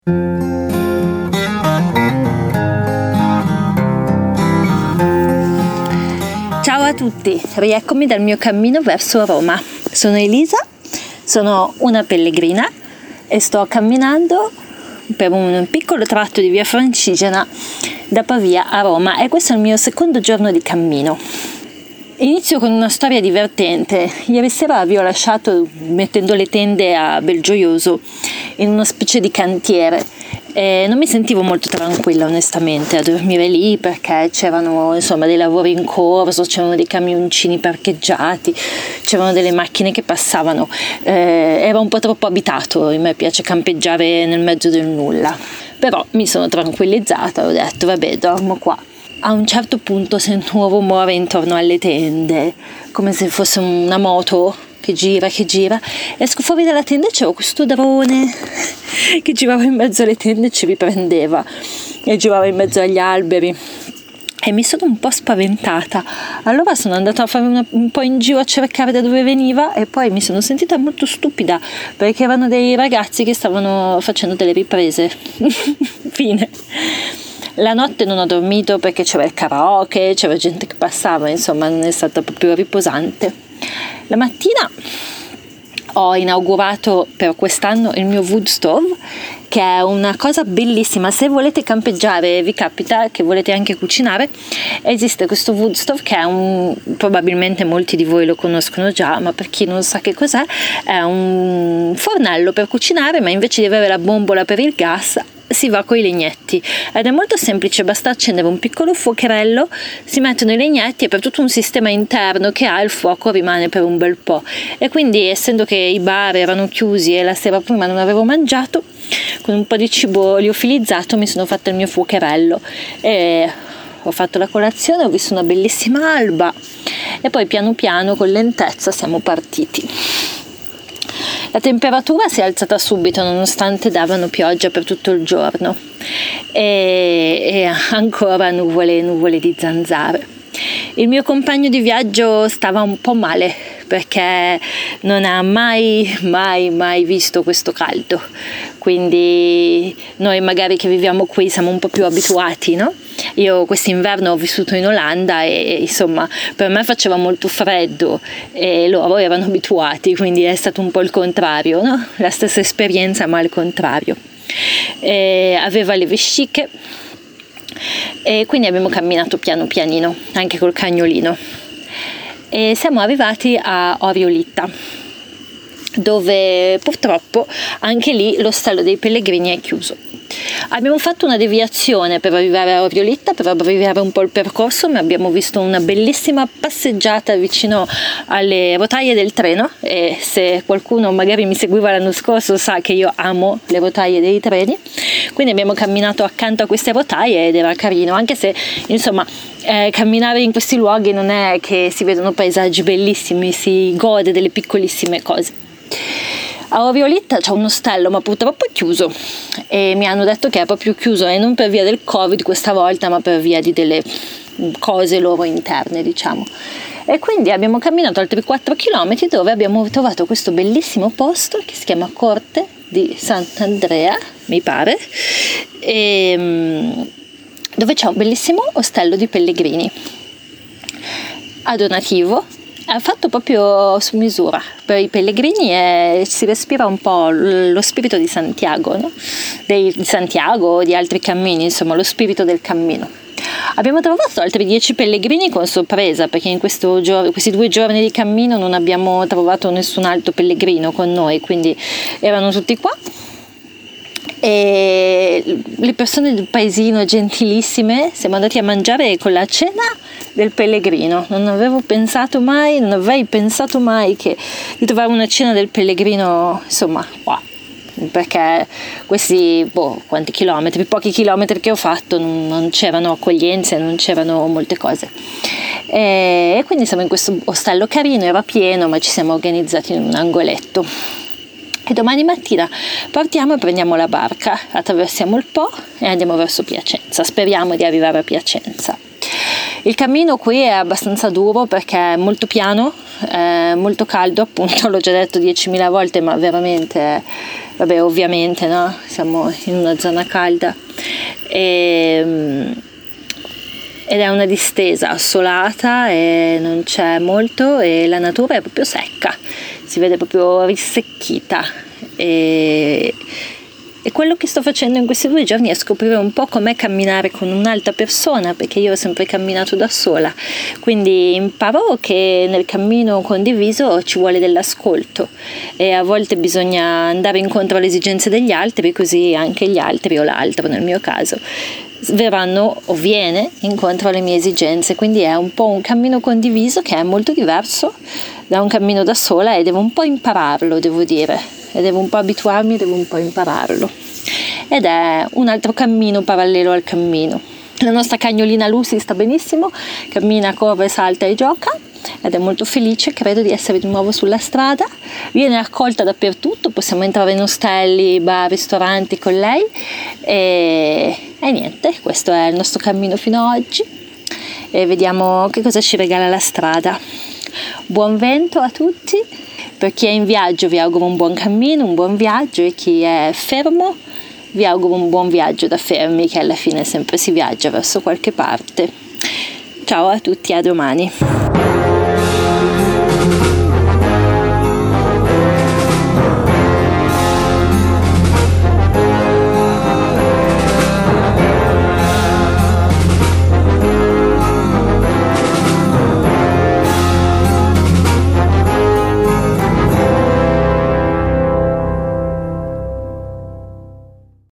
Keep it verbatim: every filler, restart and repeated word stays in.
Ciao a tutti, rieccomi dal mio cammino verso Roma. Sono Elisa, sono una pellegrina e sto camminando per un piccolo tratto di via Francigena da Pavia a Roma e questo è il mio secondo giorno di cammino. Inizio con una storia divertente. Ieri sera vi ho lasciato mettendo le tende a Belgioioso in una specie di cantiere e non mi sentivo molto tranquilla onestamente a dormire lì perché c'erano insomma dei lavori in corso, c'erano dei camioncini parcheggiati, c'erano delle macchine che passavano, eh, era un po' troppo abitato, a me piace campeggiare nel mezzo del nulla, però mi sono tranquillizzata, ho detto vabbè dormo qua. A un certo punto sento un rumore intorno alle tende, come se fosse una moto che gira, che gira. Esco fuori dalla tenda e c'era questo drone che girava in mezzo alle tende e ci riprendeva. E girava in mezzo agli alberi. E mi sono un po' spaventata. Allora sono andata a fare una, un po' in giro a cercare da dove veniva e poi mi sono sentita molto stupida perché erano dei ragazzi che stavano facendo delle riprese. Fine. La notte non ho dormito perché c'era il karaoke, c'era gente che passava, insomma non è stata proprio riposante. La mattina ho inaugurato per quest'anno il mio wood stove, che è una cosa bellissima. Se volete campeggiare e vi capita che volete anche cucinare, esiste questo wood stove che è un, probabilmente molti di voi lo conoscono già, ma per chi non sa che cos'è, è un fornello per cucinare, ma invece di avere la bombola per il gas si va con i legnetti ed è molto semplice, basta accendere un piccolo fuocherello, si mettono i legnetti e per tutto un sistema interno che ha il fuoco rimane per un bel po'. E quindi, essendo che i bar erano chiusi e la sera prima non avevo mangiato, con un po' di cibo liofilizzato mi sono fatta il mio fuocherello e ho fatto la colazione, ho visto una bellissima alba e poi piano piano con lentezza siamo partiti. La temperatura si è alzata subito nonostante davano pioggia per tutto il giorno e, e ancora nuvole nuvole di zanzare. Il mio compagno di viaggio stava un po' male perché non ha mai mai mai visto questo caldo, quindi noi magari che viviamo qui siamo un po' più abituati, no? Io quest'inverno ho vissuto in Olanda e insomma per me faceva molto freddo e loro erano abituati, quindi è stato un po' il contrario, no? La stessa esperienza ma al contrario. E aveva le vesciche e quindi abbiamo camminato piano pianino anche col cagnolino e siamo arrivati a Oriolitta, dove purtroppo anche lì l'ostello dei pellegrini è chiuso. Abbiamo fatto una deviazione per arrivare a Oriolitta, per abbreviare un po' il percorso, ma abbiamo visto una bellissima passeggiata vicino alle rotaie del treno e se qualcuno magari mi seguiva l'anno scorso sa che io amo le rotaie dei treni, quindi abbiamo camminato accanto a queste rotaie ed era carino, anche se insomma eh, camminare in questi luoghi non è che si vedono paesaggi bellissimi, si gode delle piccolissime cose. A Oriolitta c'è un ostello ma purtroppo è chiuso e mi hanno detto che è proprio chiuso e non per via del Covid questa volta ma per via di delle cose loro interne, diciamo. E quindi abbiamo camminato altri quattro chilometri dove abbiamo trovato questo bellissimo posto che si chiama Corte di Sant'Andrea, mi pare, e, dove c'è un bellissimo ostello di pellegrini a donativo. È fatto proprio su misura per i pellegrini e si respira un po' lo spirito di Santiago, no? Dei, di Santiago o di altri cammini, insomma lo spirito del cammino. Abbiamo trovato altri dieci pellegrini con sorpresa perché in questo giorno, questi due giorni di cammino non abbiamo trovato nessun altro pellegrino con noi, quindi erano tutti qua. E le persone del paesino gentilissime, siamo andati a mangiare con la cena del pellegrino. Non avevo pensato mai, non avrei pensato mai che di trovare una cena del pellegrino, insomma, qua, perché questi, boh, quanti chilometri, pochi chilometri che ho fatto, non, non c'erano accoglienze, non c'erano molte cose. E, e quindi siamo in questo ostello carino, era pieno, ma ci siamo organizzati in un angoletto. E domani mattina partiamo e prendiamo la barca, attraversiamo il Po e andiamo verso Piacenza. Speriamo di arrivare a Piacenza. Il cammino qui è abbastanza duro perché è molto piano, è molto caldo, appunto, l'ho già detto diecimila volte, ma veramente, vabbè, ovviamente, no? Siamo in una zona calda. E, ed è una distesa assolata e non c'è molto e la natura è proprio secca, si vede proprio rissecchita. E, E quello che sto facendo in questi due giorni è scoprire un po' com'è camminare con un'altra persona, perché io ho sempre camminato da sola, quindi imparo che nel cammino condiviso ci vuole dell'ascolto e a volte bisogna andare incontro alle esigenze degli altri, così anche gli altri o l'altro nel mio caso verranno o viene incontro alle mie esigenze, quindi è un po' un cammino condiviso che è molto diverso da un cammino da sola e devo un po' impararlo, devo dire. E devo un po' abituarmi, devo un po' impararlo. Ed è un altro cammino parallelo al cammino. La nostra cagnolina Lucy sta benissimo, cammina, corre, salta e gioca ed è molto felice, credo, di essere di nuovo sulla strada. Viene accolta dappertutto, possiamo entrare in ostelli, bar, ristoranti con lei e, e niente, questo è il nostro cammino fino ad oggi e vediamo che cosa ci regala la strada. Buon vento a tutti. Per chi è in viaggio vi auguro un buon cammino, un buon viaggio, e chi è fermo vi auguro un buon viaggio da fermi, che alla fine sempre si viaggia verso qualche parte. Ciao a tutti, a domani.